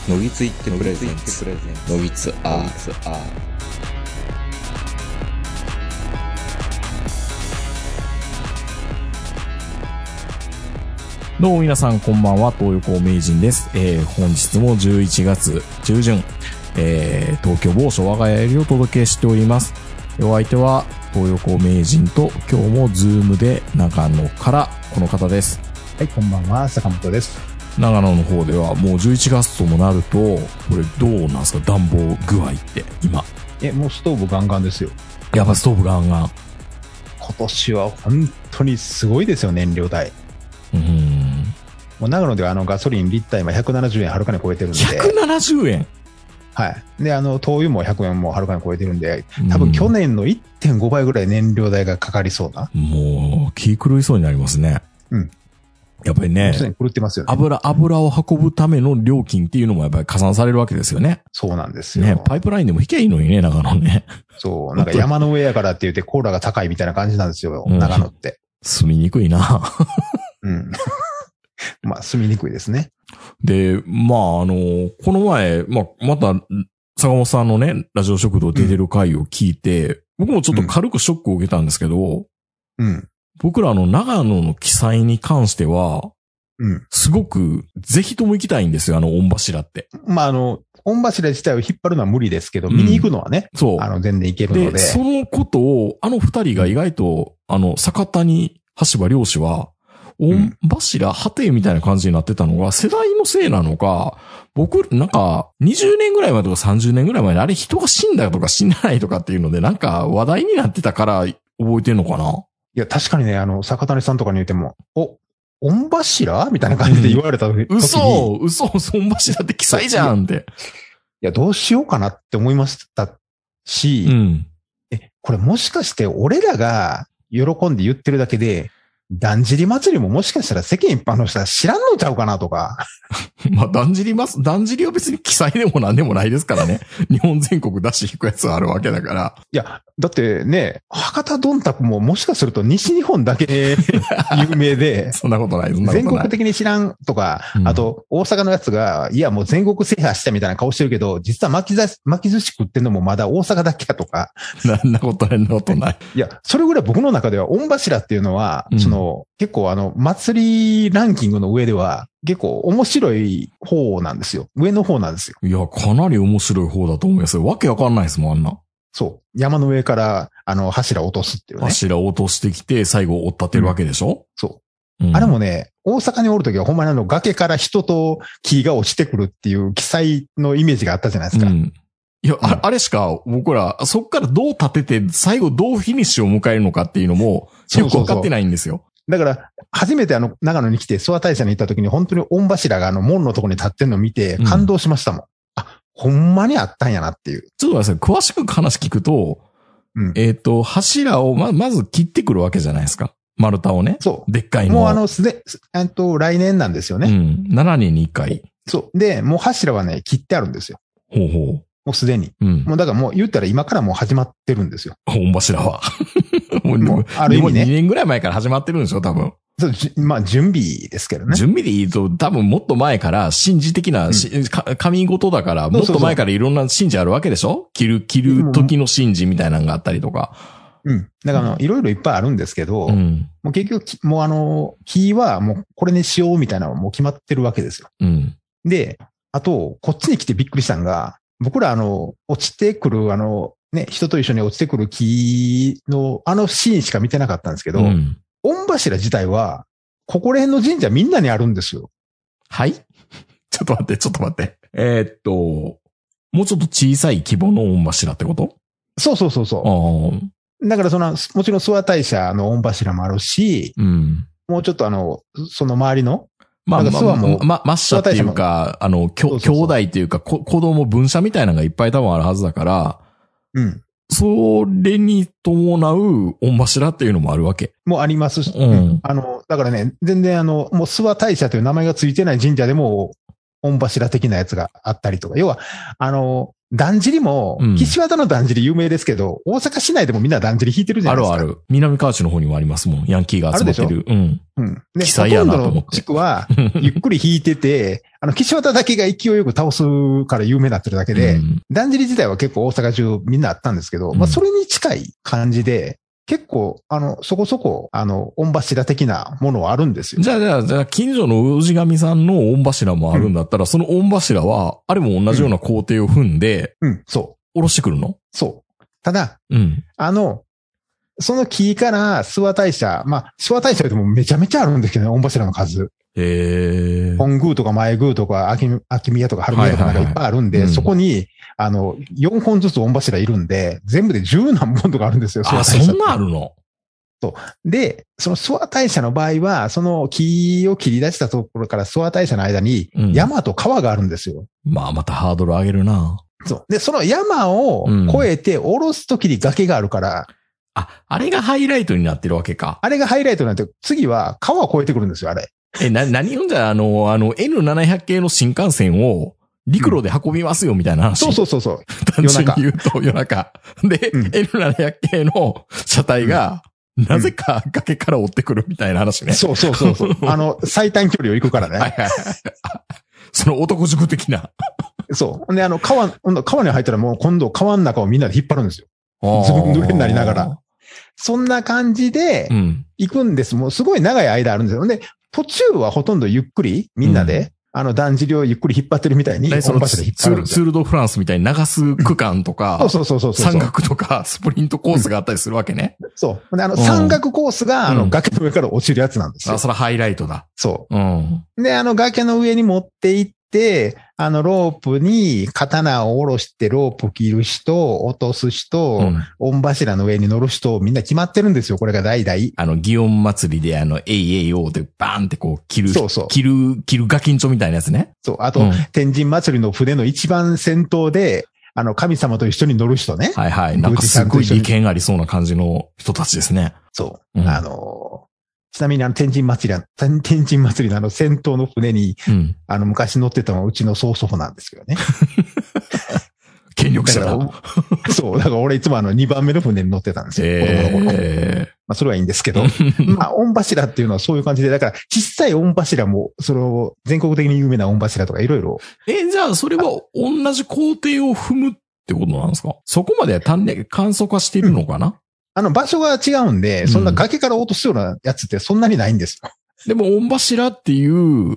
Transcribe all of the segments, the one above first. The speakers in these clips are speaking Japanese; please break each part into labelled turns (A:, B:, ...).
A: のぎついってプレゼンツのぎつアー。
B: どうも皆さんこんばんは、東横名人です。本日も11月中旬、東京某所我が家よりお届けしております。お相手は東横名人と、今日もズームで長野からこの方です。
C: はい、こんばんは、坂本です。
B: 長野の方ではもう11月ともなると、これどうなんですか、暖房具合って今。
C: もうストーブガンガンですよ。
B: やっぱストーブガンガン。
C: 今年は本当にすごいですよ、燃料代。もう長野ではガソリンリッター今170円はるかに超えてるんで。
B: 170円。
C: はい。で、灯油も100円もはるかに超えてるんで、多分去年の 1.5 倍ぐらい燃料代がかかりそうな。
B: もう、気狂いそうになりますね。
C: うん。
B: やっぱりね。
C: 狂ってますよね。
B: 油を運ぶための料金っていうのもやっぱり加算されるわけですよね。
C: そうなんですよ。
B: ね、パイプラインでも引けばいいのにね、長野ね。
C: そう、なんか山の上やからって言ってコーラが高いみたいな感じなんですよ、長野って。
B: 住みにくいな。
C: うん。まあ、住みにくいですね。
B: で、まあ、この前、また、坂本さんのね、ラジオ食堂出てる回を聞いて、僕もちょっと軽くショックを受けたんですけど、僕ら長野の記載に関しては、すごく、ぜひとも行きたいんですよ、御柱って。
C: まあ、御柱自体を引っ張るのは無理ですけど、見に行くのはね、
B: そう。
C: 全然行けるので。
B: そのことを、二人が意外と、坂谷橋場漁師は、御柱、果てみたいな感じになってたのが、世代のせいなのか、僕、なんか、20年ぐらい前とか30年ぐらい前に、あれ人が死んだとか死んでないとかっていうので、なんか話題になってたから覚えてんのかな？
C: いや、確かにね、坂谷さんとかに言っても、御柱みたいな感じで言われた時に。
B: 嘘、御柱って記載じゃんって。
C: いや、どうしようかなって思いましたし、これもしかして俺らが喜んで言ってるだけで、だんじり祭りももしかしたら世間一般の人は知らんのちゃうかなとか。
B: まあ、だんじりは別に記載でもなんでもないですからね。日本全国出し引くやつはあるわけだから。
C: いや、だってね、博多どんたくももしかすると西日本だけ有名で。
B: そんなことない、
C: 全国的に知らんとか、あと、大阪のやつが、いやもう全国制覇したみたいな顔してるけど、実は巻き寿司食ってんのもまだ大阪だけやとか。
B: そんなことない。
C: いや、それぐらい僕の中では、御柱っていうのは、結構祭りランキングの上では、結構面白い方なんですよ。上の方なんですよ。
B: いや、かなり面白い方だと思いますよ。わけわかんないですもん、あんな。
C: そう。山の上から、柱を落とすっていうね。
B: 柱を落としてきて、最後追っ立てるわけでしょ？
C: そう。あれもね、大阪におるときはほんまに崖から人と木が落ちてくるっていう記載のイメージがあったじゃないですか。
B: いや、あれしか僕ら、そっからどう立てて、最後どうフィニッシュを迎えるのかっていうのも、よくわかってないんですよ。
C: だから、初めて長野に来て、諏訪大社に行った時に本当に御柱が門のところに立ってんのを見て感動しましたもん。ほんまにあったんやなっていう。
B: ちょっと待ってください。詳しく話聞くと、柱をまず切ってくるわけじゃないですか。丸太をね。
C: そう。
B: でっかいの。
C: もう来年なんですよね。
B: 7年に1回。
C: そう。で、もう柱はね、切ってあるんですよ。
B: ほう。
C: もうすでに。もうだからもう言ったら今からもう始まってるんですよ。
B: 御柱は。
C: もうある意味ね。
B: 2年ぐらい前から始まってるんでしょ、多分。
C: そう、まあ準備ですけどね。
B: 準備でいいと多分もっと前から神事的な、神事だからもっと前からいろんな神事あるわけでしょ？切る時の神事みたいなのがあったりとか。
C: だからいろいろいっぱいあるんですけど、もう結局、もう木はもうこれにしようみたいなのはもう決まってるわけですよ。で、あと、こっちに来てびっくりしたのが、僕ら落ちてくる人と一緒に落ちてくる木のシーンしか見てなかったんですけど、御柱自体は、ここら辺の神社みんなにあるんですよ。
B: はい？ちょっと待って。もうちょっと小さい規模の御柱ってこと？
C: そう。だからもちろん諏訪大社の御柱もあるし、もうちょっとその周りの、
B: マッシャっていうか、兄弟っていうか、子供分社みたいなのがいっぱい多分あるはずだから、それに伴う御柱っていうのもあるわけ。
C: もうありますし、だからね、全然もう諏訪大社という名前がついてない神社でも、御柱的なやつがあったりとか、要は、 だんじりも、岸和田のだんじり有名ですけど、大阪市内でもみんなだんじり引いてるじゃないですか。
B: ある。南河内の方にもありますもん。ヤンキーが集まってる。
C: うん。で、ほとんどの地区は、ゆっくり引いてて、岸和田だけが勢いよく倒すから有名になってるだけで、だんじり自体は結構大阪中みんなあったんですけど、まあ、それに近い感じで、結構、そこそこ、御柱的なものはあるんですよ。
B: じゃあ、近所の氏神さんの御柱もあるんだったら、その御柱は、あれも同じような工程を踏んで、
C: そう。
B: 下ろしてくるの？
C: そう。ただ、その木から諏訪大社、まあ、諏訪大社でもめちゃめちゃあるんですけどね、御柱の数。本宮とか前宮とか秋宮とか春宮とかなんかいっぱいあるんで、そこに、4本ずつ御柱いるんで、全部で10何本とかあるんですよ、
B: 諏訪大社。そんなあるの？
C: そう。で、その諏訪大社の場合は、その木を切り出したところから諏訪大社の間に、山と川があるんですよ。
B: まあ、またハードル上げるな。
C: そう。で、その山を越えて下ろすときに崖があるから、
B: あれがハイライトになってるわけか。
C: あれがハイライトになって、次は川を越えてくるんですよ、あれ。
B: 何言うんじゃ、N700 系の新幹線を陸路で運びますよ、みたいな話。
C: そう。
B: 単純に言うと夜中。で、N700 系の車体が、なぜか崖から追ってくるみたいな話ね。
C: そう。最短距離を行くからね。
B: その男塾的な。
C: そう。で、川に入ったらもう今度川の中をみんなで引っ張るんですよ。ずぶ濡れになりながら。そんな感じで、行くんです。もうすごい長い間あるんですよ。で、途中はほとんどゆっくり、みんなで、だんじりをゆっくり引っ張ってるみたいに、
B: ツールドフランスみたいに流す区間とか、山岳とか、スプリントコースがあったりするわけね。
C: そう。で、山岳コースが、崖の上から落ちるやつなんですよ。
B: それハイライトだ。
C: そう。で、崖の上に持って行って、ロープに刀を下ろしてロープ切る人、落とす人、御柱の上に乗る人、みんな決まってるんですよ。これが代々。
B: 祇園祭りでえいおでバーンってこう切る。
C: そう。
B: 切るガキンチョみたいなやつね。
C: そう。あと、天神祭りの船の一番先頭で、神様と一緒に乗る人ね。
B: はい。なんかすごい利権ありそうな感じの人たちですね。
C: そう。ちなみに天神祭りの先頭の船に、昔乗ってたのはうちの曽祖父なんですけどね。
B: 権力者だ。
C: そう。だから俺いつも2番目の船に乗ってたんですよ。子供の頃。まあそれはいいんですけど。まあ御柱っていうのはそういう感じで、だから小さい御柱も、全国的に有名な御柱とかいろいろ。
B: じゃあそれは同じ工程を踏むってことなんですか？そこまで観測はしているのかな？
C: 場所が違うんで、そんな崖から落とすようなやつってそんなにないんですよ。
B: でも、御柱っていう、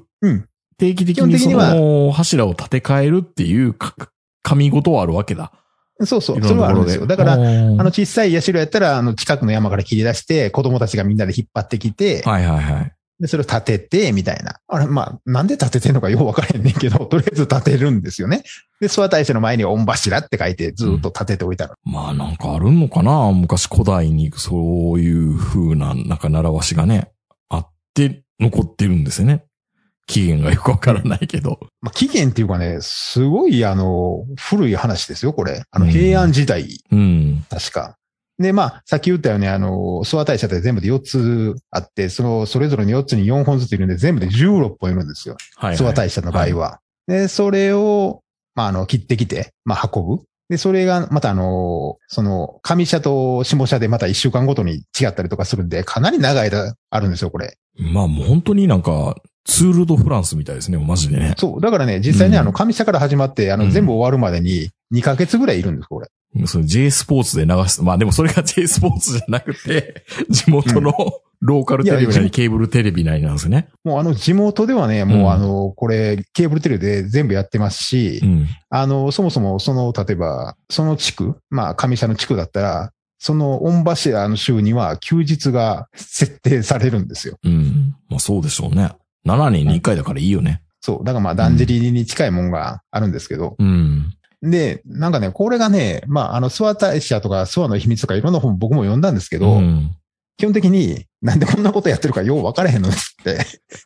B: 定期的にその柱を建て替えるっていう神事はあるわけだ。
C: そう。それはあるんですよ。だから、小さい社やったら、近くの山から切り出して、子供たちがみんなで引っ張ってきて、で、それを立てて、みたいな。なんで立ててんのかよくわからへんねんけど、とりあえず立てるんですよね。で、諏訪大社の前に御柱って書いて、ずっと立てておいたの。
B: まあなんかあるのかな？昔古代にそういう風な、なんか習わしがね、あって残ってるんですよね。起源がよくわからないけど。
C: 起源っていうかね、すごい古い話ですよ、これ。平安時代。確か。で、さっき言ったように、諏訪大社って全部で4つあって、それぞれに4つに4本ずついるんで、全部で16本いるんですよ。諏訪大社の場合は。で、それを、切ってきて、運ぶ。で、それが、また上社と下社でまた1週間ごとに違ったりとかするんで、かなり長い間あるんですよ、これ。
B: もう本当になんか、ツールドフランスみたいですね、マジでね。
C: そう。だからね、実際ね、上社から始まって、全部終わるまでに2ヶ月ぐらいいるんです、これ。
B: その J スポーツで流す。でもそれが J スポーツじゃなくて、地元のローカルテレビなりケーブルテレビなりなんですね。
C: もう地元ではね、もうこれ、ケーブルテレビで全部やってますし、そもそも例えば、その地区、上社の地区だったら、その御柱の週には休日が設定されるんですよ。
B: そうでしょうね。7年に1回だからいいよね。
C: そう。だからだんじりに近いもんがあるんですけど。で、なんかね、これがね、諏訪大社とか諏訪の秘密とかいろんな本僕も読んだんですけど、基本的になんでこんなことやってるかよう分からへんのですって。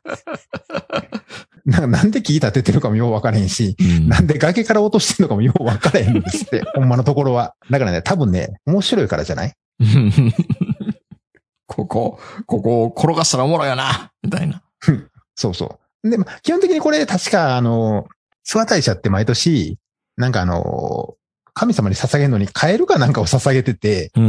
C: なんで木立ててるかもよう分からへんし、なんで崖から落としてるのかもよう分からへんのですって。ほんまのところは。だからね、多分ね、面白いからじゃない
B: ここを転がしたらおもろいよな、みたいな。
C: そうそう。で、基本的にこれ確か諏訪大社って毎年、なんか神様に捧げるのにカエルかなんかを捧げてて、
B: うん。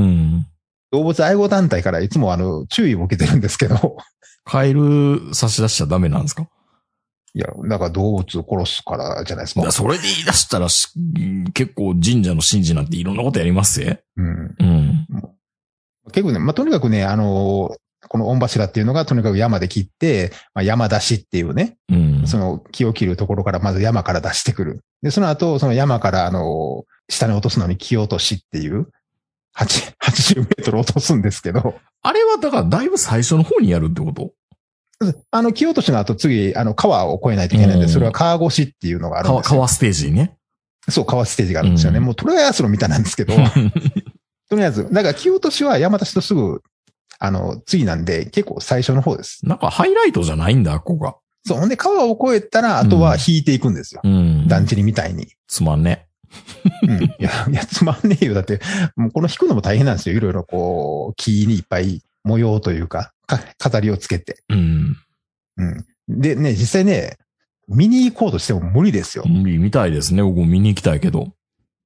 C: 動物愛護団体からいつも注意を受けてるんですけど。
B: カエル差し出しちゃダメなんですか？
C: いや、だから動物を殺すからじゃないですか。
B: それで言い出したら結構神社の神事なんていろんなことやりますよ。うん。うん。
C: 結構ね、まあ、とにかくね、この御柱っていうのがとにかく山で切って、まあ、山出しっていうね、うん、その木を切るところからまず山から出してくる。で、その後、その山から下に落とすのに木落としっていう、80メートル落とすんですけど。
B: あれはだからだいぶ最初の方にやるってこと？
C: 木落としの後次、川を越えないといけないんで、それは川越しっていうのがあるんですよ。
B: 川ステージね。
C: そう、川ステージがあるんですよね。もうトライアスロンみたいなんですけど。とりあえず、だから木落としは山出しとすぐ、次なんで、結構最初の方です。
B: なんかハイライトじゃないんだ、ここが。
C: そう。ほんで、川を越えたら、あとは引いていくんですよ。団地にみたいに。
B: つまんね。
C: いや、つまんねえよ。だって、もうこの引くのも大変なんですよ。いろいろこう、木にいっぱい模様というか、飾りをつけて。でね、実際ね、見に行こうとしても無理ですよ。
B: 無理みたいですね。僕も見に行きたいけど。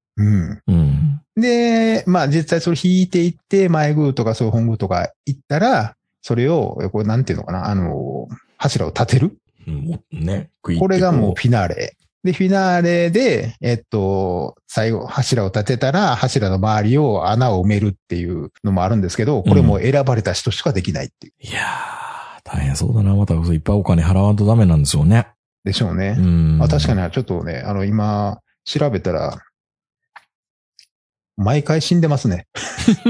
C: で、まあ実際それ引いていって、前宮とかそう本宮とか行ったら、それを、これなんていうのかな、柱を立てる。
B: ね。
C: これがもうフィナーレ。で、フィナーレで、最後、柱を立てたら、柱の周りを穴を埋めるっていうのもあるんですけど、これも選ばれた人しかできないっていう。
B: いやー、大変そうだな。またいっぱいお金払わんとダメなんですよね。
C: でしょうね。確かに、ちょっとね、今、調べたら、毎回死んでますね。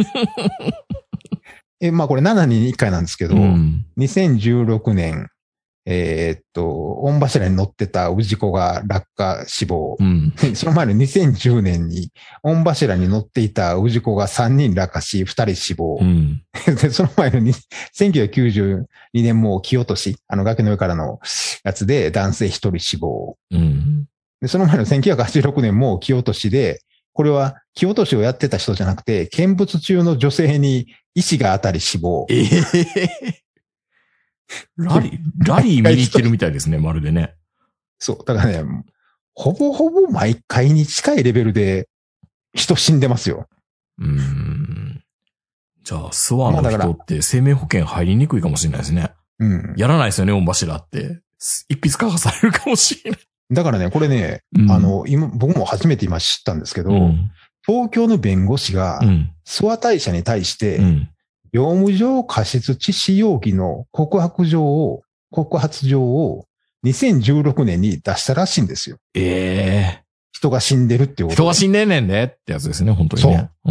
C: まあこれ7人に1回なんですけど、2016年、御柱に乗ってた氏子が落下死亡。その前の2010年に、御柱に乗っていた氏子が3人落下し、2人死亡。でその前の1992年も木落とし、崖の上からのやつで男性1人死亡。でその前の1986年も木落としで、これは木落としをやってた人じゃなくて、見物中の女性に石が当たり死亡。
B: ラリー見に行ってるみたいですね、まるでね。
C: そう。だからね、ほぼほぼ毎回に近いレベルで人死んでますよ。
B: じゃあ、スワの人って生命保険入りにくいかもしれないですね。やらないですよね、御柱って。一筆書かされるかもしれない。
C: だからね、これね、今、僕も初めて今知ったんですけど、東京の弁護士が、諏訪大社に対して、業務上過失致死容疑の告発状を2016年に出したらしいんですよ。人が死んでるっていうこと。
B: 人が死んでんねんねってやつですね、本当にね。そう。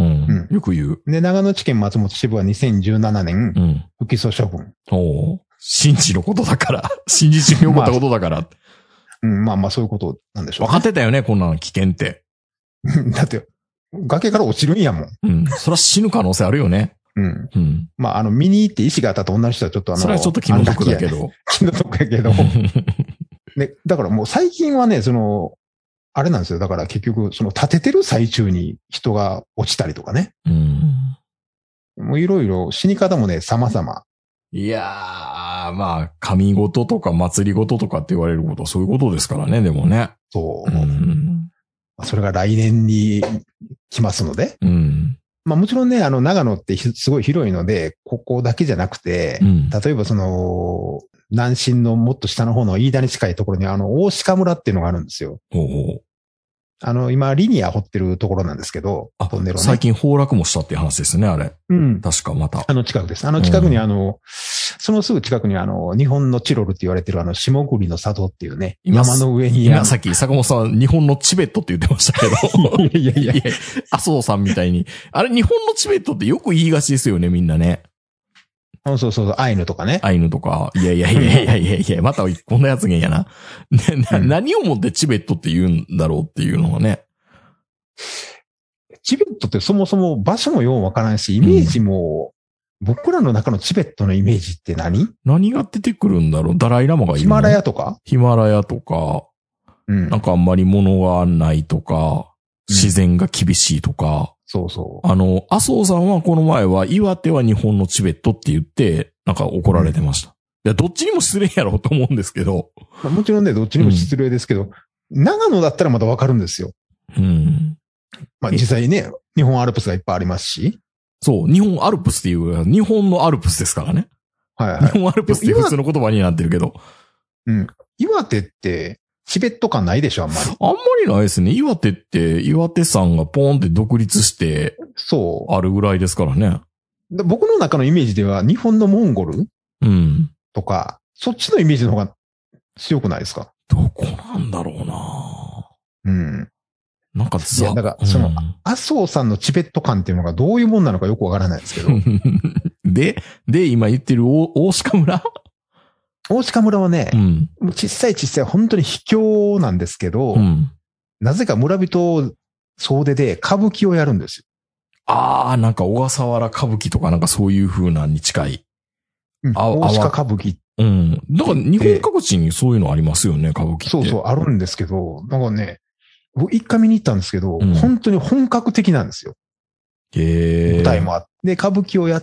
B: よく言う。
C: で、長野地検松本支部は2017年、不起訴処分。
B: 神事のことだから。神事中に起こったことだから。
C: まあそういうことなんでしょう、
B: 分かってたよね、こんなの危険って。
C: だって、崖から落ちるんやもん。
B: それは死ぬ可能性あるよね。
C: まあ見に行って石が当たった女の人はちょっと
B: それはちょっと気の毒だけど。
C: 気の毒やけど。ね、だからもう最近はね、あれなんですよ。だから結局、立ててる最中に人が落ちたりとかね。もういろいろ死に方もね、様々。
B: いやー、まあ、神事とか祭り事とかって言われることはそういうことですからね、でもね。
C: そう。それが来年に来ますので。まあもちろんね、長野ってすごい広いので、ここだけじゃなくて、例えば南進のもっと下の方の飯田に近いところに大鹿村っていうのがあるんですよ。今、リニア掘ってるところなんですけど、トンネルをね。
B: 最近崩落もしたっていう話ですね、あれ。確かまた。
C: 近くです。近くにそのすぐ近くに日本のチロルって言われてる下栗の里っていうね、山の上に。
B: 今さっき坂本さん、日本のチベットって言ってましたけど。いや、麻生さんみたいに。あれ、日本のチベットってよく言いがちですよね、みんなね。
C: そう、アイヌとかね。
B: アイヌとか。いや、またこんなやつげんやな。何をもってチベットって言うんだろうっていうのはね。
C: チベットってそもそも場所もようわからないし、イメージも、僕らの中のチベットのイメージって
B: 何が出てくるんだろう。ダライラマがいるの？
C: ヒマラヤとか
B: なんかあんまり物がないとか、自然が厳しいとか。
C: そうそう。
B: 麻生さんはこの前は岩手は日本のチベットって言って、なんか怒られてました。いや、どっちにも失礼やろうと思うんですけど。
C: もちろんね、どっちにも失礼ですけど、長野だったらまだわかるんですよ。 まあ実際ね、日本アルプスがいっぱいありますし。
B: そう、日本アルプスっていう、日本のアルプスですからね。
C: はいはい。
B: 日本アルプスって普通の言葉になってるけど。
C: うん。岩手って、チベット感ないでしょ、あんまり。
B: あんまりないですね。岩手って、岩手山がポーンって独立して、そう。あるぐらいですからね。
C: 僕の中のイメージでは、日本のモンゴルうん。とか、そっちのイメージの方が強くないですか？
B: どこなんだろうな
C: うん。
B: なんか
C: いや、だから、その、麻生さんのチベット感っていうのがどういうもんなのかよくわからないですけど。
B: で、今言ってる大鹿村
C: 大鹿村はね、もう小さい本当に秘境なんですけど、なぜか村人総出で歌舞伎をやるんですよ。
B: ああ、なんか小笠原歌舞伎とかなんかそういう風なに近い。
C: 大鹿歌舞伎。
B: うん。だから日本各地にそういうのありますよね、歌舞伎って。
C: そうそう、あるんですけど、なんかね、僕一回見に行ったんですけど、本当に本格的なんですよ。舞台もあって。で、歌舞伎をやって、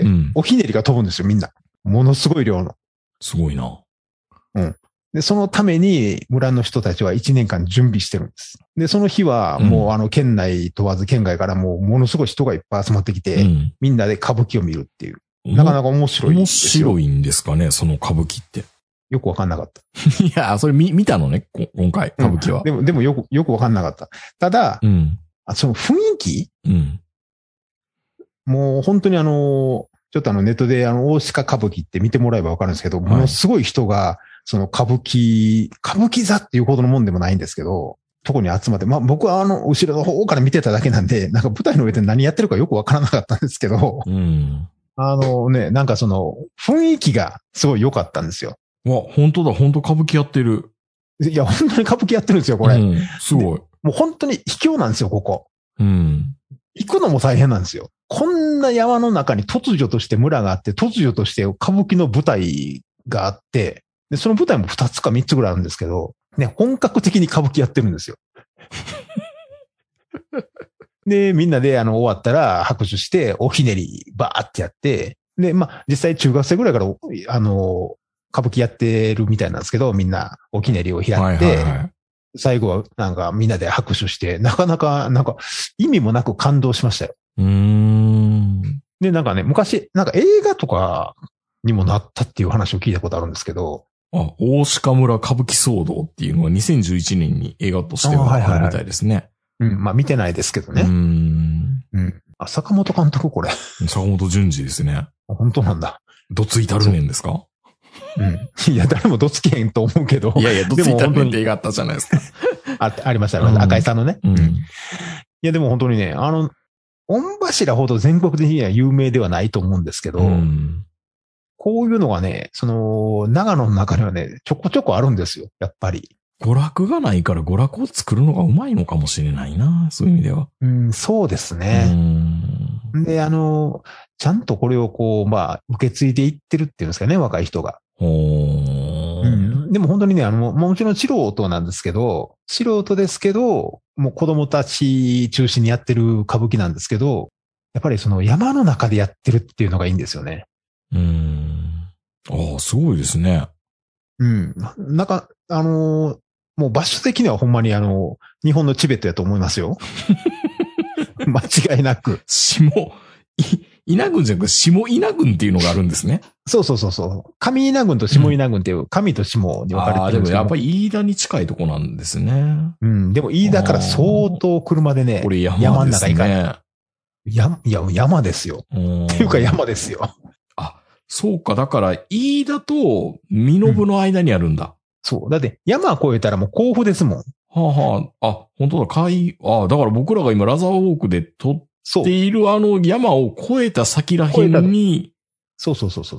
C: おひねりが飛ぶんですよ、みんな。ものすごい量の。
B: すごいな。
C: うん。で、そのために村の人たちは1年間準備してるんです。で、その日はもう県内問わず県外からもうものすごい人がいっぱい集まってきて、みんなで歌舞伎を見るっていう。なかなか面白いですよ。
B: 面白いんですかね、その歌舞伎って。
C: よくわかんなかった。
B: いや、それ見たのね、今回、歌舞伎は。
C: でもよくわかんなかった。ただ、その雰囲気もう本当にちょっとネットで大鹿歌舞伎って見てもらえばわかるんですけど、ものすごい人が、その歌舞伎座っていうほどのもんでもないんですけど、とこに集まって、まあ僕は後ろの方から見てただけなんで、なんか舞台の上で何やってるかよくわからなかったんですけど、なんかその雰囲気がすごい良かったんですよ。
B: わ、本当だ、本当歌舞伎やってる。
C: いや、本当に歌舞伎やってるんですよ、これ。
B: すごい。
C: もう本当に秘境なんですよ、ここ。
B: 行
C: くのも大変なんですよ。こんな山の中に突如として村があって、突如として歌舞伎の舞台があって、で、その舞台も2つか3つぐらいあるんですけど、ね、本格的に歌舞伎やってるんですよ。で、みんなで終わったら拍手して、おひねりバーってやって、で、まあ、実際中学生ぐらいから、歌舞伎やってるみたいなんですけど、みんなおひねりを開いて、最後はなんかみんなで拍手して、なかなか、なんか意味もなく感動しましたよ。で、なんかね、昔、なんか映画とかにもなったっていう話を聞いたことあるんですけど。
B: 大鹿村歌舞伎騒動っていうのは2011年に映画としてはあるみたいですね。
C: まあ見てないですけどね。坂本監督これ。
B: 坂本淳二ですね。
C: 本当なんだ。
B: どついたるねんですか？
C: いや、誰もどつけへんと思うけど。
B: いや、どついたるねんって映画あったじゃないですか。
C: ありました、赤井さんのね。いや、でも本当にね、御柱ほど全国的には有名ではないと思うんですけど、こういうのがね、長野の中にはね、ちょこちょこあるんですよ、やっぱり。
B: 娯楽がないから娯楽を作るのがうまいのかもしれないな、そういう意味では。
C: そうですね。で、ちゃんとこれを受け継いでいってるっていうんですかね、若い人が。でも本当にね、もちろん素人なんですけど、もう子供たち中心にやってる歌舞伎なんですけど、やっぱりその山の中でやってるっていうのがいいんですよね。
B: すごいですね。
C: なんか、もう場所的にはほんまに日本のチベットやと思いますよ。間違いなく。
B: 稲郡じゃなくて下稲郡っていうのがあるんですね。
C: そう。上稲郡と下稲郡っていう、上と下に分かれてるんですけど。
B: でもやっぱり飯田に近いとこなんですね。
C: でも飯田から相当車でね、
B: これ山ですね。
C: 山の中行かない。山ですよ。っていうか山ですよ。
B: そうか。だから、飯田と身延の間にあるんだ。
C: そう。だって、山越えたらもう甲府ですもん。
B: 本当だ。だから僕らが今ラザーウォークで撮っている山を越えた先らへんに。
C: そう。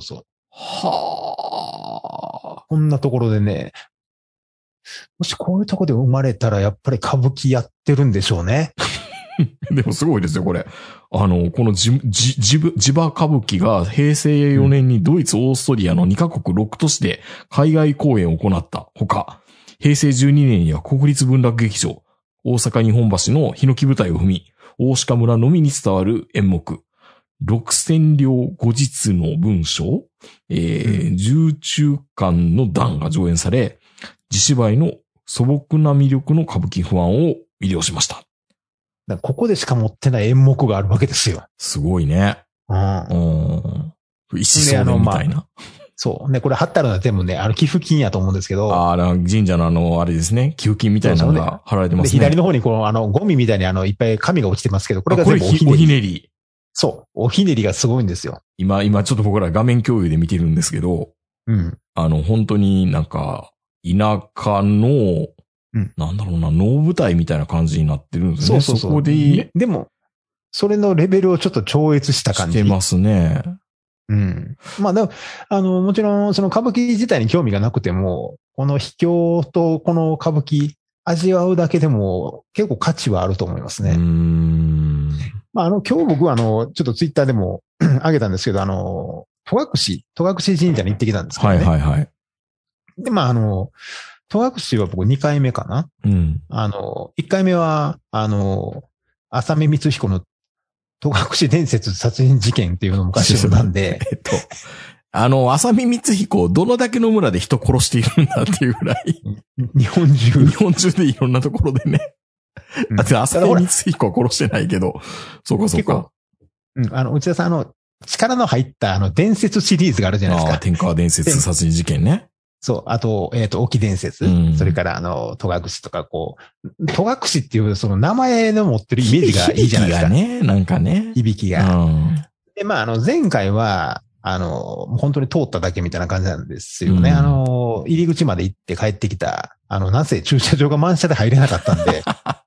C: こんなところでね、もしこういうところで生まれたらやっぱり歌舞伎やってるんでしょうね。
B: でもすごいですよ、これ。この地場歌舞伎が平成4年にドイツ、オーストリアの2カ国6都市で海外公演を行ったほか、平成12年には国立文楽劇場、大阪日本橋のヒノキ舞台を踏み、大鹿村のみに伝わる演目、6000両後日の文章、重中間の段が上演され、地芝居の素朴な魅力の歌舞伎ファンを魅了しました。
C: ここでしか持ってない演目があるわけですよ。
B: すごいね。
C: うん。
B: 石相伝みたいな。
C: そう。ね、これ貼ってあるのは全部ね、寄付金やと思うんですけど。
B: 神社のあれですね。寄付金みたいなのが貼られてますね。
C: で、左の方にゴミみたいにいっぱい紙が落ちてますけど、これが全部
B: おひねり。
C: そう。おひねりがすごいんですよ。
B: 今ちょっと僕ら画面共有で見てるんですけど。
C: うん。
B: 本当になんか、田舎の、なんだろうな、能舞台みたいな感じになってるんですね。そう。そこで、
C: でも、それのレベルをちょっと超越した感じ。
B: してますね。
C: うん。まあ、もちろん、その歌舞伎自体に興味がなくても、この秘境とこの歌舞伎、味わうだけでも結構価値はあると思いますね。まあ、今日僕はちょっとツイッターでも上げたんですけど、戸隠神社に行ってきたんですけどね。はい。で、まあ、戸隠は僕2回目かな。うん。1回目は、浅見光彦の戸隠伝説殺人事件っていうのを昔読んだんで。
B: 浅見光彦、どのだけの村で人殺しているんだっていうぐらい。
C: 日本
B: 中でいろんなところでね。だって浅見光彦は殺してないけど。そうか。
C: うん、内田さん、力の入った伝説シリーズがあるじゃないですか。
B: 天川伝説殺人事件ね。
C: そう。あと、沖伝説。それから、戸隠とか、戸隠っていうその名前の持ってるイメージがいいじゃないですか。
B: 響きがね、なんかね。
C: 響きが。で、まあ、前回は、本当に通っただけみたいな感じなんですよね。入り口まで行って帰ってきた、なぜ駐車場が満車で入れなかったんで。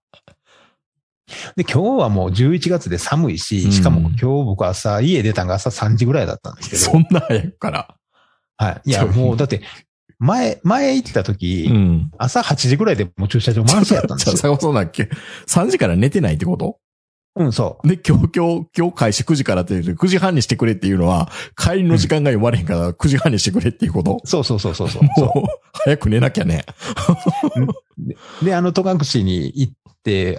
C: で、今日はもう11月で寒いし、しかも今日僕家出たのが朝3時ぐらいだったんですけど。
B: そんな早くから。
C: はい。いや、もうだって、前行った時、朝8時ぐらいでもう駐車場満車やったんですよ。
B: そうだっけ ?3 時から寝てないってこと？
C: うん、そう。
B: で、今日開始9時からって言うと、9時半にしてくれっていうのは、帰りの時間が読まれへんから9時半にしてくれっていうこと？
C: そう。も
B: う、早く寝なきゃね。
C: で、戸隠に行って、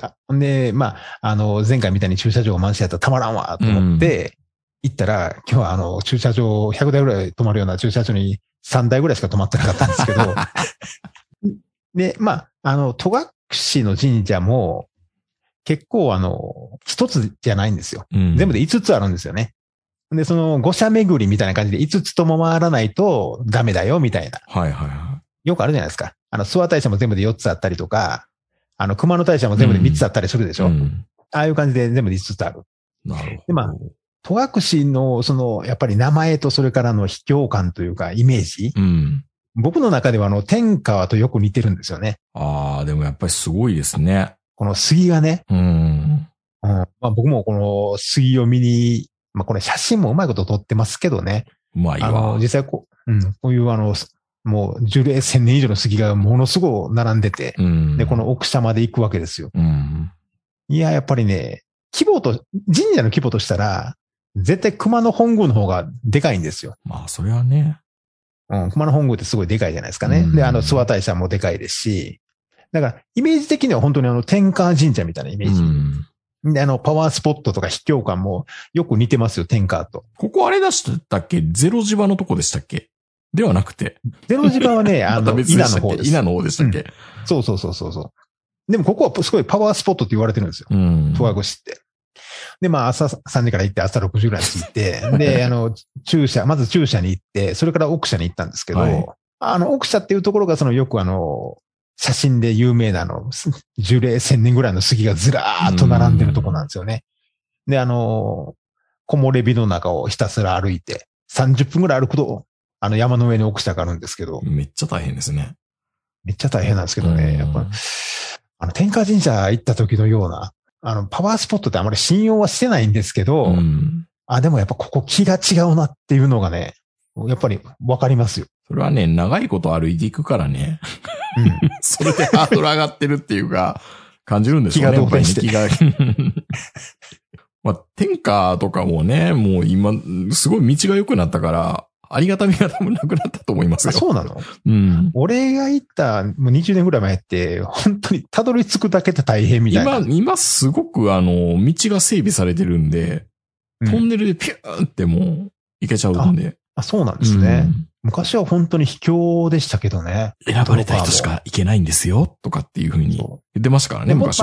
C: で、まあ、前回みたいに駐車場が満車やったらたまらんわ、と思って、行ったら、今日は駐車場100台ぐらい止まるような駐車場に3台ぐらいしか止まってなかったんですけど、で、まあ、戸隠の神社も、結構一つじゃないんですよ。全部で5つあるんですよね。で、その5社巡りみたいな感じで5つとも回らないとダメだよ、みたいな。よくあるじゃないですか。諏訪大社も全部で4つあったりとか、熊野大社も全部で3つあったりするでしょ。ああいう感じで全部で5つある。
B: なるほど。
C: で、まあ、戸隠のやっぱり名前とそれからの秘境感というかイメージ。僕の中では天川とよく似てるんですよね。
B: ああ、でもやっぱりすごいですね。
C: この杉がね。まあ、僕もこの杉を見に、まあこれ写真もうまいこと撮ってますけどね。
B: うまいわ。
C: 実際こういうもう樹齢1000年以上の杉がものすごく並んでて、で、この奥社まで行くわけですよ。いや、やっぱりね、神社の規模としたら、絶対熊野本宮の方がでかいんですよ。
B: まあ、それはね。
C: 熊野本宮ってすごいでかいじゃないですかね。で、諏訪大社もでかいですし、だから、イメージ的には本当に天川神社みたいなイメージ。で、パワースポットとか秘境感もよく似てますよ、天川と。
B: ここあれ出したっけ？ゼロ磁場のとこでしたっけ？ではなくて。
C: ゼロ磁場はね、稲の方です。
B: 稲の方でしたっけ？
C: そう。でもここはすごいパワースポットって言われてるんですよ。戸隠って。で、まあ朝3時から行って朝6時ぐらいに着いて、で、まず駐車に行って、それから奥社に行ったんですけど、奥社っていうところがよく写真で有名な樹齢1000年ぐらいの杉がずらーっと並んでるとこなんですよね。で、木漏れ日の中をひたすら歩いて、30分ぐらい歩くと、山の上に奥社があるんですけど。
B: めっちゃ大変ですね。
C: めっちゃ大変なんですけどね。やっぱ天川神社行った時のような、パワースポットってあまり信用はしてないんですけど、でもやっぱここ気が違うなっていうのがね、やっぱりわかりますよ。
B: それはね、長いこと歩いていくからね。それでハードル上がってるっていうか、感じるんですよね。
C: 気が動転して。
B: まあ、天下とかもね、もう今、すごい道が良くなったから、ありがたみが多分なくなったと思いますよ。
C: そうなの？俺が行ったもう20年ぐらい前って、本当にたどり着くだけで大変みたいな。
B: 今すごく道が整備されてるんで、トンネルでピューンってもう行けちゃうんで。
C: そうなんですね。昔は本当に秘境でしたけどね。
B: 選ばれた人しか行けないんですよ、とかっていう風に言ってましたからね、昔は。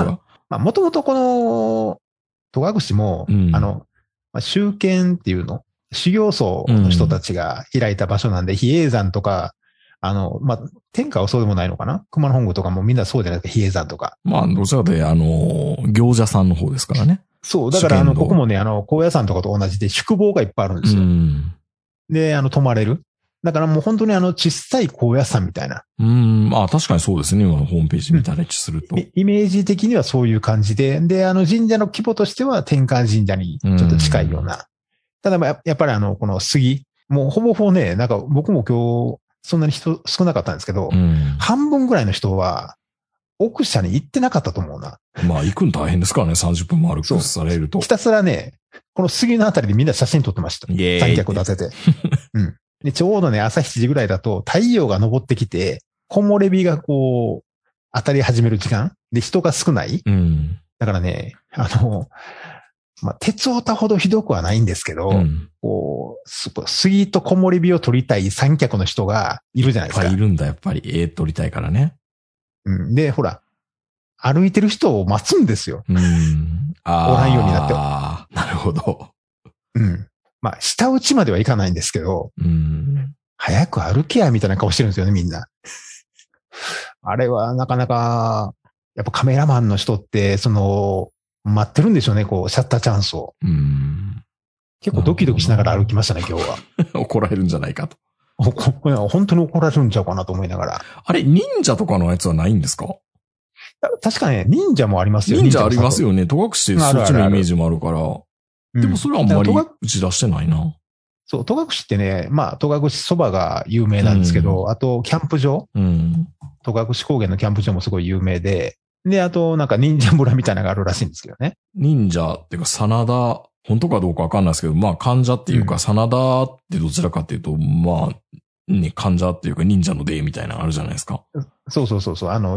C: まあ、もともとこの、戸隠も、宗剣っていうの、修行僧の人たちが開いた場所なんで、比叡山とか、まあ、天下はそうでもないのかな、熊野本宮とかもみんなそうじゃないですか、比叡山とか。
B: まあ、どちらかで、行者さんの方ですからね。
C: そう、だから、ここもね、高野山とかと同じで宿坊がいっぱいあるんですよ。で、泊まれる。だからもう本当に小さい高野山みたいな。
B: まあ確かにそうですね。今のホームページ見たりすると。
C: イメージ的にはそういう感じで、で、神社の規模としては天界神社にちょっと近いような。ただやっぱりこの杉、もうほぼほぼね、なんか僕も今日そんなに人少なかったんですけど、半分ぐらいの人は奥社に行ってなかったと思うな。
B: まあ行くん大変ですからね、30分も歩くされると。
C: ひたすらね、この杉のあたりでみんな写真撮ってました。三脚立てて。で、ちょうどね、朝7時ぐらいだと太陽が昇ってきて、木漏れ日がこう、当たり始める時間で人が少ない。だからね、まあ、鉄オタほどひどくはないんですけど、こう、杉と木漏れ日を撮りたい三脚の人がいるじゃないですか。
B: いるんだ、やっぱり。撮りたいからね。
C: で、ほら、歩いてる人を待つんですよ。おらんようになって。
B: なるほど。
C: まあ、下打ちまではいかないんですけど、早く歩けや、みたいな顔してるんですよね、みんな。あれはなかなか、やっぱカメラマンの人って、待ってるんでしょうね、こう、シャッターチャンスを。結構ドキドキしながら歩きましたね、今日は。
B: 怒られるんじゃないかと。
C: 本当に怒られるんちゃうかなと思いながら。
B: あれ、忍者とかのやつはないんですか？
C: 確かね、忍者もありますよ
B: ね。忍者ありますよね。戸隠ってそっちのイメージもあるから。でもそれはあんまり打ち出してないな。
C: そう、戸隠ってね、まあ、戸隠そばが有名なんですけど、あと、キャンプ場、戸隠高原のキャンプ場もすごい有名で、で、あと、なんか忍者村みたいなのがあるらしいんですけどね。
B: 忍者っていうか、真田、本当かどうかわかんないですけど、まあ、患者っていうか、真田ってどちらかっていうと、まあ、ね、患者っていうか忍者のデーみたいなのあるじゃないですか。
C: そう。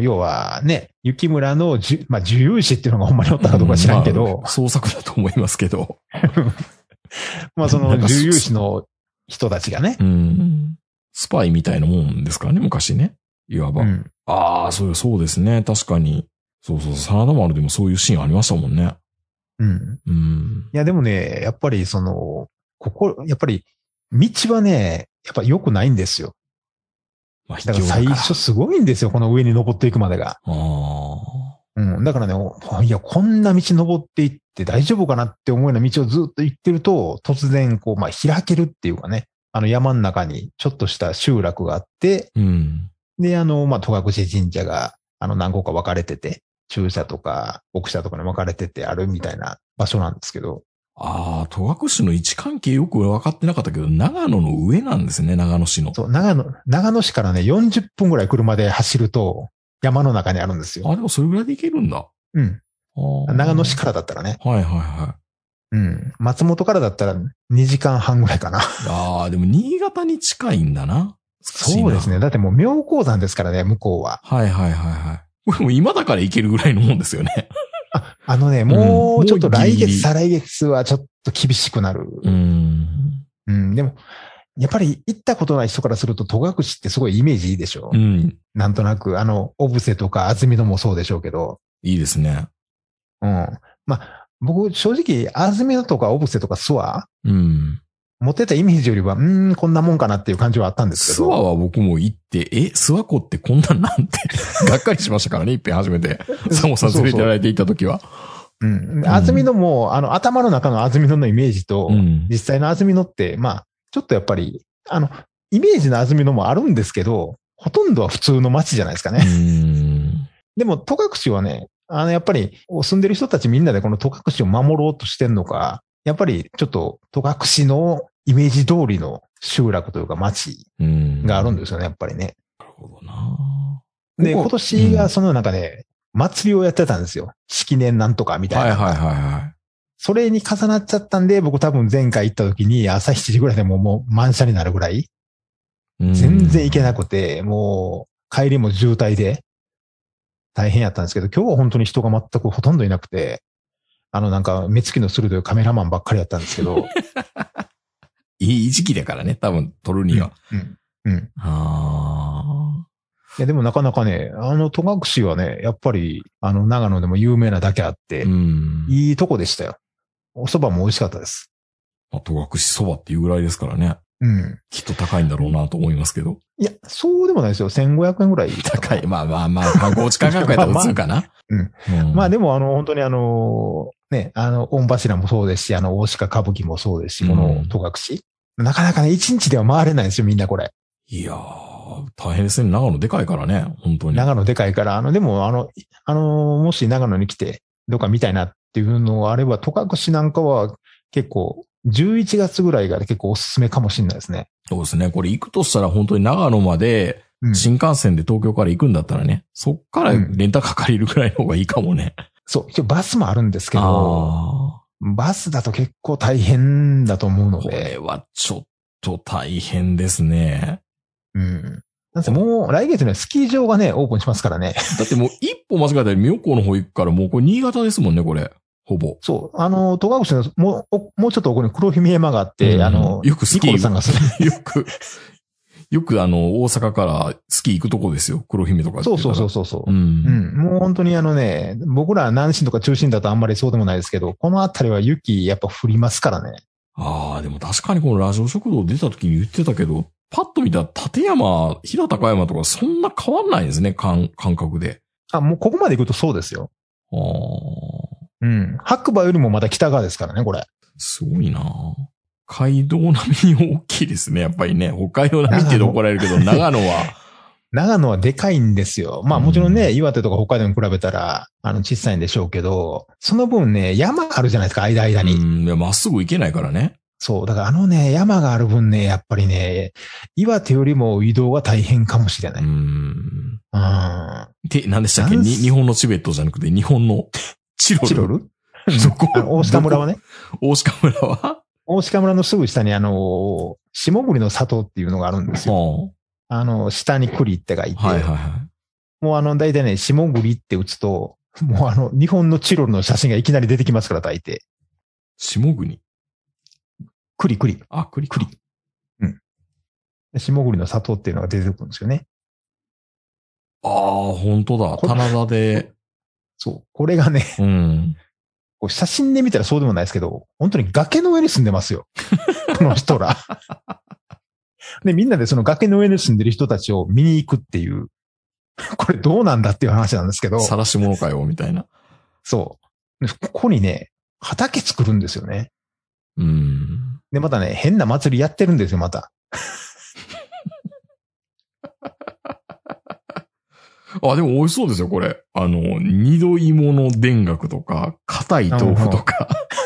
C: 要はね、雪村のまあ、重勇士っていうのがほんまにおったかどうか知らんけど。
B: 創作だと思いますけど。
C: まあ、その重勇士の人たちがね。
B: スパイみたいなもんですからね、昔ね。いわば。ああ、そうですね。確かに。真田丸でもそういうシーンありましたもんね。
C: いや、でもね、やっぱりやっぱり、道はね、やっぱ良くないんですよ。だから最初すごいんですよ、この上に登っていくまでが。だからね、いや、こんな道登っていって大丈夫かなって思うような道をずっと行ってると、突然、こう、まあ、開けるっていうかね、山の中にちょっとした集落があって、で、まあ、戸隠神社が、何個か分かれてて、中社とか、奥社とかに分かれててあるみたいな場所なんですけど。
B: 戸隠の位置関係よく分かってなかったけど、長野の上なんですね、長野市の。
C: そう、長野市からね、40分ぐらい車で走ると、山の中にあるんですよ。
B: でもそれぐらいで行けるんだ。
C: 長野市からだったらね。松本からだったら2時間半ぐらいかな。
B: でも新潟に近いんだな。
C: そうですね。だってもう妙高山ですからね、向こうは。
B: これも今だから行けるぐらいのもんですよね。
C: もうちょっと来月、再来月はちょっと厳しくなる。でも、やっぱり行ったことない人からすると戸隠ってすごいイメージいいでしょ。なんとなく、小布施とか安曇野もそうでしょうけど。
B: いいですね。
C: まあ、僕、正直、安曇野とか小布施とか諏訪持ってたイメージよりは、こんなもんかなっていう感じはあったんですけど。
B: 諏訪は僕も行って、諏訪湖ってこんなんなんて、がっかりしましたからね、一遍初めて。サモさん連れていただいて行った時は。
C: 安曇野も、頭の中の安曇野のイメージと、実際の安曇野って、まあ、ちょっとやっぱり、イメージの安曇野もあるんですけど、ほとんどは普通の街じゃないですかね。でも、戸隠はね、やっぱり、住んでる人たちみんなでこの戸隠を守ろうとしてんのか、やっぱりちょっと戸隠のイメージ通りの集落というか街があるんですよね、やっぱりね。
B: なるほどな。
C: で、今年がそのなんかね、祭りをやってたんですよ。式年なんとかみたいな。それに重なっちゃったんで、僕多分前回行った時に朝7時ぐらいでもう満車になるぐらい。全然行けなくて、もう帰りも渋滞で大変やったんですけど、今日は本当に人が全くほとんどいなくて、なんか目つきの鋭いカメラマンばっかりやったんですけど。
B: いい時期だからね、多分撮るには。
C: いや、でもなかなかね、戸隠はね、やっぱり、長野でも有名なだけあって、いいとこでしたよ。お蕎麦も美味しかったです。
B: 戸隠蕎麦っていうぐらいですからね。
C: うん。
B: きっと高いんだろうなと思いますけど。
C: いや、そうでもないですよ。1500円ぐらい。
B: 高い。まあ、観光地価格やったら打つんかな。
C: まあでも本当にね、御柱もそうですし、大鹿歌舞伎もそうですし、この戸隠。なかなかね、1日では回れないんですよ、みんなこれ。
B: いやー、大変ですね。長野でかいからね、本当に。
C: 長野でかいから、でももし長野に来て、どっか見たいなっていうのがあれば、戸隠なんかは結構、11月ぐらいが結構おすすめかもしれないですね。
B: そうですね。これ行くとしたら本当に長野まで、新幹線で東京から行くんだったらね、そっからレンタカー借りるくらいの方がいいかもね。
C: そう、一応バスもあるんですけど、バスだと結構大変だと思うので。
B: これはちょっと大変ですね。
C: なんせもう来月にはスキー場がね、オープンしますからね。
B: だってもう一歩間違えたら妙高の方行くからもうこれ新潟ですもんね、これ。ほぼ。
C: そう。戸隠のもうちょっと奥に黒姫山があって、
B: よくスキー。
C: ニコルさんが
B: よく大阪からスキー行くとこですよ。黒姫とか。
C: そう。もう本当に僕ら南進とか中心だとあんまりそうでもないですけど、この辺りは雪やっぱ降りますからね。
B: でも確かにこのラジオ食堂出た時に言ってたけど、パッと見たら立山、飛騨高山とかそんな変わんないんですね、感覚で。
C: もうここまで行くとそうですよ。白馬よりもまだ北側ですからね、これ。
B: すごいな北海道並みに大きいですね、やっぱりね。北海道並みって言うと怒られるけど、長野
C: はでかいんですよ。まあもちろんね、岩手とか北海道に比べたら、小さいんでしょうけど、その分ね、山あるじゃないですか、間に。
B: まっすぐ行けないからね。
C: そう。だから山がある分ね、やっぱりね、岩手よりも移動が大変かもしれない。
B: 何でしたっけ日本のチベットじゃなくて、日本のチロル
C: そこ大鹿村はね。
B: 大鹿村は
C: 大鹿村のすぐ下に下栗の里っていうのがあるんですよ。下に栗って書いて。もう大体ね、下栗って打つと、もう日本のチロルの写真がいきなり出てきますから、大抵。
B: 下栗
C: 栗。栗。下栗の里っていうのが出てくるんですよね。
B: 本当だ。棚田で。
C: そう。これがね、写真で見たらそうでもないですけど、本当に崖の上に住んでますよ。この人ら。で、みんなでその崖の上に住んでる人たちを見に行くっていう、これどうなんだっていう話なんですけど。
B: 晒し者かよ、みたいな。
C: そう。ここにね、畑作るんですよね。で、またね、変な祭りやってるんですよ、また。
B: でも美味しそうですよ、これ。二度芋の田楽とか、硬い豆腐とか。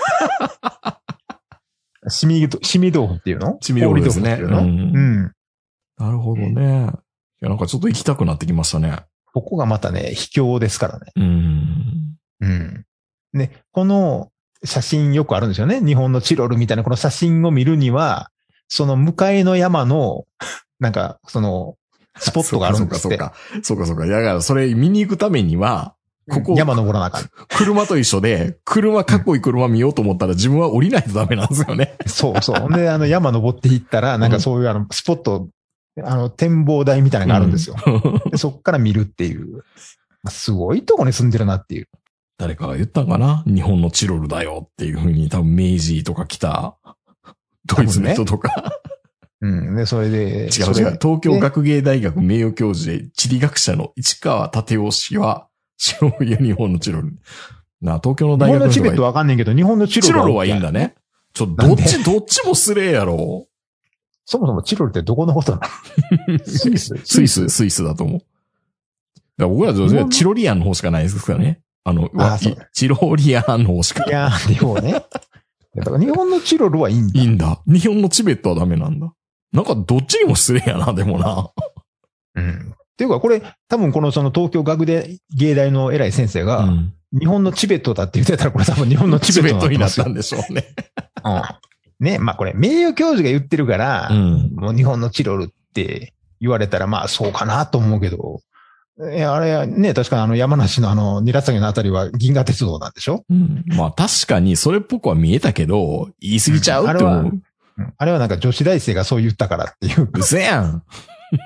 C: しみ豆腐っていうの？
B: しみ豆腐ですね。なるほどね。いや、なんかちょっと行きたくなってきましたね。
C: ここがまたね、秘境ですからね。で、この写真よくあるんですよね。日本のチロルみたいなこの写真を見るには、その向かいの山の、なんか、スポットがあるんですって。
B: そうか。だから、それ見に行くためには、ここ、
C: 山登らなあかん。
B: 車と一緒で、かっこいい車見ようと思ったら自分は降りないとダメなんですよね。
C: そう。で、山登っていったら、なんかそういうスポット、展望台みたいなのがあるんですよ。でそっから見るっていう。すごいとこに住んでるなっていう。
B: 誰かが言ったんかな？日本のチロルだよっていう風に多分明治とか来たドイツの人とか。
C: で、それで。
B: 違う。東京学芸大学名誉教授で地理学者の市川立夫氏は、日本のチロル。東京の大学の人が。日本
C: のチベットわかんねんけど、日本のチロル
B: はいいんだね。どっちも失礼やろ。
C: そもそもチロルってどこのことなの？ス
B: イスだと思う。僕らはチロリアンの方しかないですからね。チロリアンの方しか。
C: いや、でもね。だから日本のチロルはいいんだ。
B: いいんだ。日本のチベットはダメなんだ。なんかどっちにも失礼やな、でもな。
C: っていうか、これ、多分その東京学芸大の偉い先生が、日本のチベットだって言ってたら、これ多分日本のチベット
B: になったんでしょうね。
C: ね、まあこれ、名誉教授が言ってるから、もう日本のチロルって言われたら、まあそうかなと思うけど、あれね、確かに山梨の韮崎のあたりは銀河鉄道なんでしょ？
B: まあ確かにそれっぽくは見えたけど、言い過ぎちゃうって思う。
C: あれはなんか女子大生がそう言ったからっていう。
B: 嘘やん。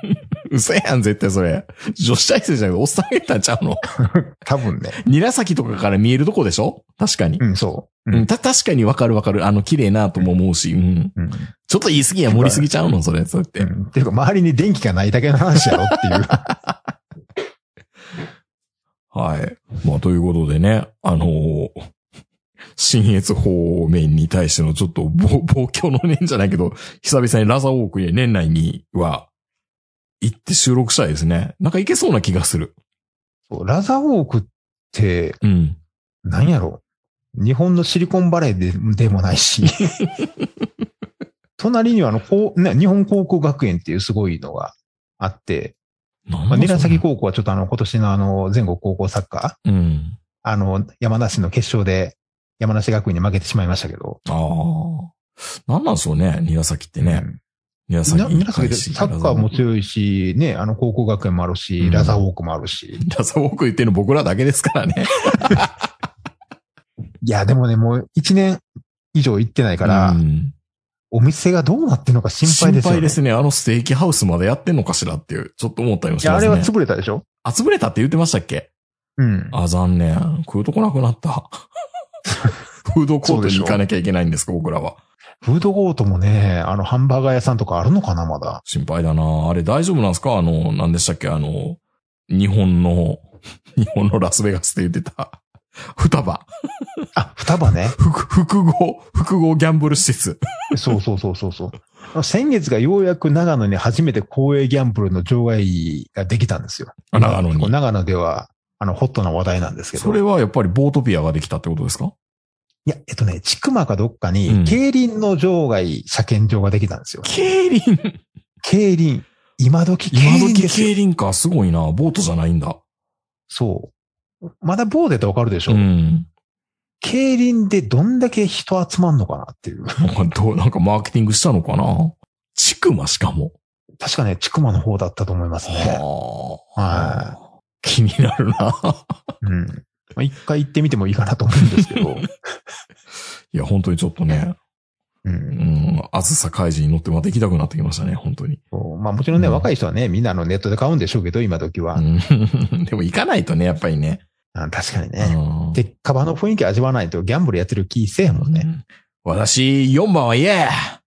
B: 嘘やん、絶対それ。女子大生じゃなくておっさんが言ったんちゃうの？
C: 多分ね。
B: 韮崎とかから見えるとこでしょ？確かに。
C: うん、そう。
B: うん、確かにわかる。綺麗なとも思うし、うん。
C: うん、
B: ちょっと言い過ぎや盛りすぎちゃうのそれ、そうやって。
C: っていうか、周りに電気がないだけの話やろっていう。
B: はい。まあ、ということでね、信越方面に対してのちょっと暴挙の念じゃないけど、久々にラザーウォークへ年内には行って収録したいですね。なんか行けそうな気がする。
C: そう、ラザーウォークって、
B: うん。
C: 何やろ？日本のシリコンバレーでもないし、隣には日本航空学園っていうすごいのがあって、韮崎高校はちょっと今年の全国高校サッカー、うん、山梨の決勝で山梨学院に負けてしまいましたけど。
B: ああ。なんなんでしょうね、韮崎ってね。
C: 韮崎でサッカーも強いし、ね、高校学園もあるし、ラザーウォークもあるし。
B: ラザーウォーク言ってるの僕らだけですからね。
C: いや、でもね、もう1年以上行ってないから、お店がどうなってるのか心配ですよね。心配ですね。
B: ステーキハウスまでやってんのかしらっていう、ちょっと思ったりもしますね。
C: いや、あれは潰れたでしょ？
B: 潰れたって言ってましたっけ？
C: うん。
B: 残念。食うとこなくなった。フードコートに行かなきゃいけないんですか、僕らは。
C: フードコートもね、ハンバーガー屋さんとかあるのかな、まだ。
B: 心配だな。あれ大丈夫なんですか？何でしたっけ？日本のラスベガスで言ってた。双葉。
C: あ、双葉ね。
B: 複合ギャンブル施設。
C: そう。先月がようやく長野に初めて公営ギャンブルの場外ができたんですよ。
B: 長野に。
C: 長野では、ホットな話題なんですけど。
B: それはやっぱりボートピアができたってことですか？
C: いや、千曲かどっかに、競輪の場外車検場ができたんですよ。
B: 競
C: 輪。今時競輪ですよ。
B: 競輪か、すごいな。ボートじゃないんだ。
C: そう。まだボートってわかるでしょ？うん。競輪でどんだけ人集まんのかなっていう。
B: なんかマーケティングしたのかな？千曲しかも。
C: 確かね、千曲の方だったと思いますね。
B: はい。気になるな。
C: うん。一回行ってみてもいいかなと思うんですけど。
B: いや、本当にちょっとね。あずさ開示に乗ってまた行きたくなってきましたね、本当に。
C: まあもちろんね、若い人はね、みんなネットで買うんでしょうけど、今時は。
B: でも行かないとね、やっぱりね。
C: 確かにね。で、カバの雰囲気味わわないとギャンブルやってる気せえもんね。
B: 私、4番はイエーって。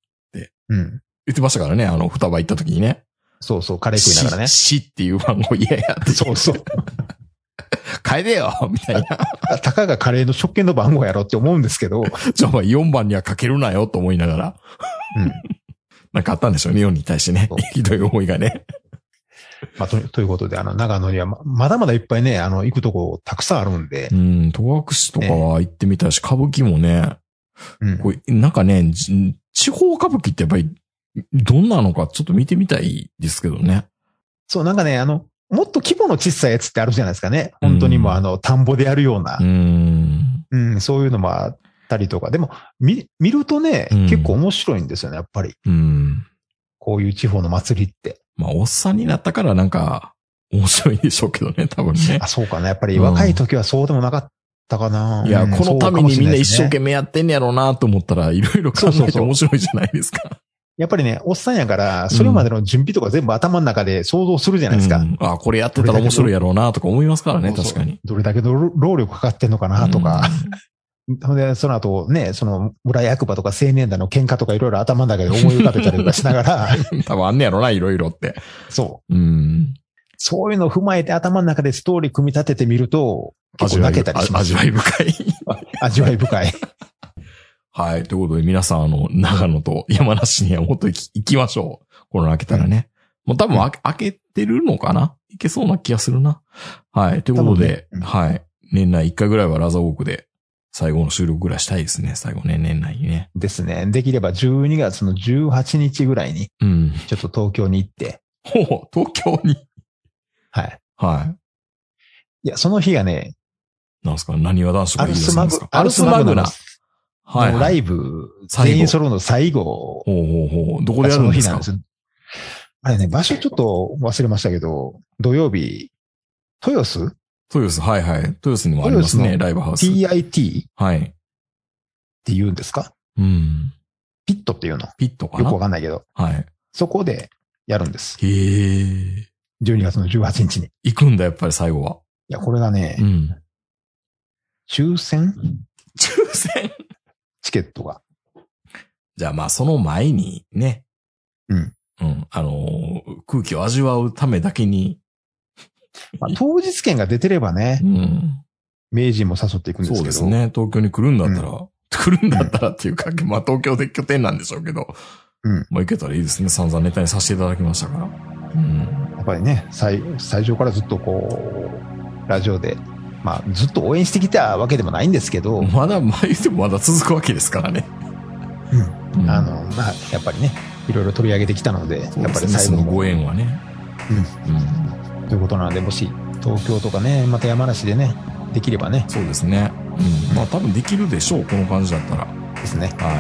B: 言ってましたからね、双葉行った時にね。
C: そう、カレー食いながらね。
B: 死っていう番号イエーって。
C: そう。
B: 変えてよみたいな。
C: たかがカレーの食券の番号やろって思うんですけど。
B: じゃあ4番にはかけるなよと思いながら。なんかあったんでしょうね、4に対してね。ひどい思いがね。
C: まあ、ということで、長野にはまだまだいっぱいね、行くとこたくさんあるんで。
B: 戸隠とかは行ってみたいし、歌舞伎もね。なんかね、地方歌舞伎ってやっぱり、どんなのかちょっと見てみたいですけどね。
C: そう、なんかね、もっと規模の小さいやつってあるじゃないですかね。本当にもう田んぼでやるような。そういうのもあったりとか。でも、見るとね、結構面白いんですよね、やっぱり。こういう地方の祭りって。
B: まあ、おっさんになったからなんか、面白いでしょうけどね、多分ね。
C: そうかな。やっぱり若い時はそうでもなかったかな。
B: いや、このためにみんな一生懸命やってんねやろうなと思ったら、いろいろ考えて面白いじゃないですか。
C: やっぱりね、おっさんやから、それまでの準備とか全部頭の中で想像するじゃないですか。
B: これやってたら面白いやろうなとか思いますからね、確かに。
C: どれだけの労力かかってんのかなとか。で、その後ね、村役場とか青年団の喧嘩とかいろいろ頭の中で思い浮かべたりとかしながら。
B: 多分あんねやろな、いろいろって。
C: そう。そういうのを踏まえて頭の中でストーリー組み立ててみると、結構泣けたりします。
B: 味わい深い。
C: 味わい深い。
B: はい。ということで皆さん、長野と山梨にはもっと行きましょう。コロナ明けたらね。もう多分明けてるのかな？行けそうな気がするな。はい。ということで、はい。年内1回ぐらいはラザーウォークで最後の収録ぐらいしたいですね。最後ね、年内にね。
C: ですね。できれば12月の18日ぐらいに、ちょっと東京に行って。
B: 東京に？
C: はい。
B: はい。
C: いや、その日がね、
B: なんすか？何は男子が言い出すんですか？
C: アルスマグナ。
B: はい。
C: ライブ、全員揃うの最後。
B: どこでやるんですか？
C: あれね、場所ちょっと忘れましたけど、土曜日、豊洲、
B: はい。豊洲にもありますね、ライブハウス。
C: TIT?
B: はい。
C: って言うんですか？ピットっていうの。
B: ピットかな？
C: よくわかんないけど。
B: はい。
C: そこでやるんです。
B: へー。
C: 12月の18日に。
B: 行くんだ、やっぱり最後は。
C: いや、これがね、抽選チケットが。
B: じゃあまあその前にね。空気を味わうためだけに。
C: まあ、当日券が出てればね、名人も誘っていくんですけど。
B: そうですね。東京に来るんだったら、っていうか、まあ東京で拠点なんでしょうけど。まあ行けたらいいですね。散々ネタにさせていただきましたから。
C: やっぱりね、最初からずっとこう、ラジオで、まあずっと応援してきたわけでもないんですけど。
B: まだ、言ってもまだ続くわけですからね。
C: まあやっぱりね、いろいろ取り上げてきたので、やっぱり最後
B: のご縁はね。
C: ということなので、もし東京とかね、また山梨でね、できればね。
B: そうですね。まあ多分できるでしょう、この感じだったら。
C: ですね。
B: はい。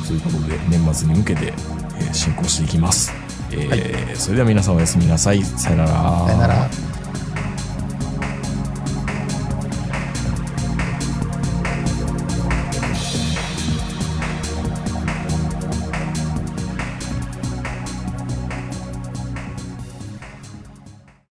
B: ということで、年末に向けて、進行していきます。それでは皆さんおやすみなさい。さよなら。
C: さよなら。